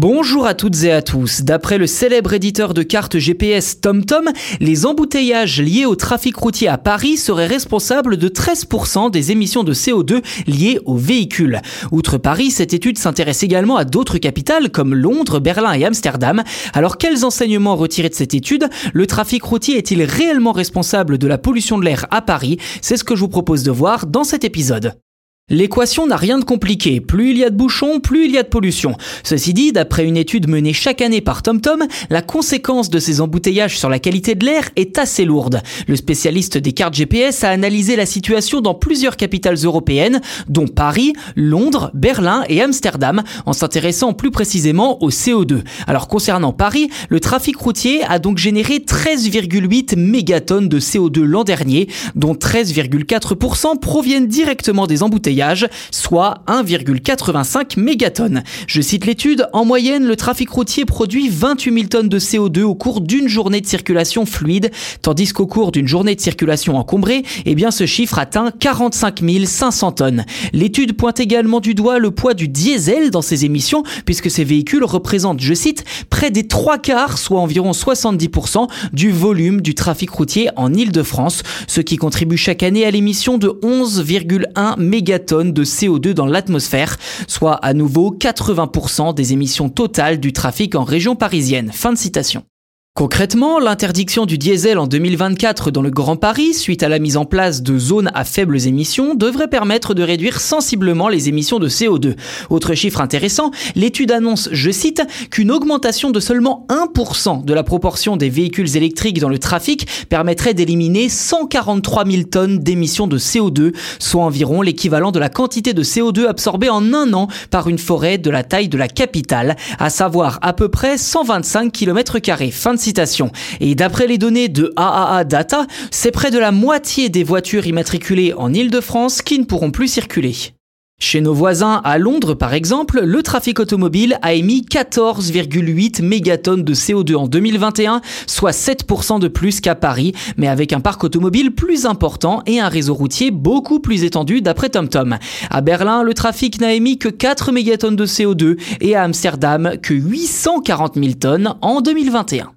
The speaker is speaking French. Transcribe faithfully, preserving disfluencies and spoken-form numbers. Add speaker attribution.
Speaker 1: Bonjour à toutes et à tous. D'après le célèbre éditeur de cartes G P S TomTom, les embouteillages liés au trafic routier à Paris seraient responsables de treize pour cent des émissions de C O deux liées aux véhicules. Outre Paris, cette étude s'intéresse également à d'autres capitales comme Londres, Berlin et Amsterdam. Alors quels enseignements retirer de cette étude ? Le trafic routier est-il réellement responsable de la pollution de l'air à Paris ? C'est ce que je vous propose de voir dans cet épisode. L'équation n'a rien de compliqué. Plus il y a de bouchons, plus il y a de pollution. Ceci dit, d'après une étude menée chaque année par TomTom, la conséquence de ces embouteillages sur la qualité de l'air est assez lourde. Le spécialiste des cartes G P S a analysé la situation dans plusieurs capitales européennes, dont Paris, Londres, Berlin et Amsterdam, en s'intéressant plus précisément au C O deux. Alors concernant Paris, le trafic routier a donc généré treize virgule huit mégatonnes de C O deux l'an dernier, dont treize virgule quatre pour cent proviennent directement des embouteillages, soit un virgule quatre-vingt-cinq mégatonnes. Je cite l'étude, en moyenne, le trafic routier produit vingt-huit mille tonnes de C O deux au cours d'une journée de circulation fluide, tandis qu'au cours d'une journée de circulation encombrée, eh bien ce chiffre atteint quarante-cinq mille cinq cents tonnes. L'étude pointe également du doigt le poids du diesel dans ces émissions, puisque ces véhicules représentent, je cite, près des trois quarts, soit environ soixante-dix pour cent du volume du trafic routier en Île-de-France, ce qui contribue chaque année à l'émission de onze virgule un mégatonnes de C O deux dans l'atmosphère, soit à nouveau quatre-vingts pour cent des émissions totales du trafic en région parisienne. Fin de citation. Concrètement, l'interdiction du diesel en deux mille vingt-quatre dans le Grand Paris, suite à la mise en place de zones à faibles émissions, devrait permettre de réduire sensiblement les émissions de C O deux. Autre chiffre intéressant, l'étude annonce, je cite, qu'une augmentation de seulement un pour cent de la proportion des véhicules électriques dans le trafic permettrait d'éliminer cent quarante-trois mille tonnes d'émissions de C O deux, soit environ l'équivalent de la quantité de C O deux absorbée en un an par une forêt de la taille de la capitale, à savoir à peu près cent vingt-cinq kilomètres carrés. Fin de citation. Et d'après les données de A A A Data, c'est près de la moitié des voitures immatriculées en Île-de-France qui ne pourront plus circuler. Chez nos voisins, à Londres par exemple, le trafic automobile a émis quatorze virgule huit mégatonnes de C O deux en deux mille vingt et un, soit sept pour cent de plus qu'à Paris, mais avec un parc automobile plus important et un réseau routier beaucoup plus étendu d'après TomTom. À Berlin, le trafic n'a émis que quatre mégatonnes de C O deux et à Amsterdam que huit cent quarante mille tonnes en deux mille vingt et un.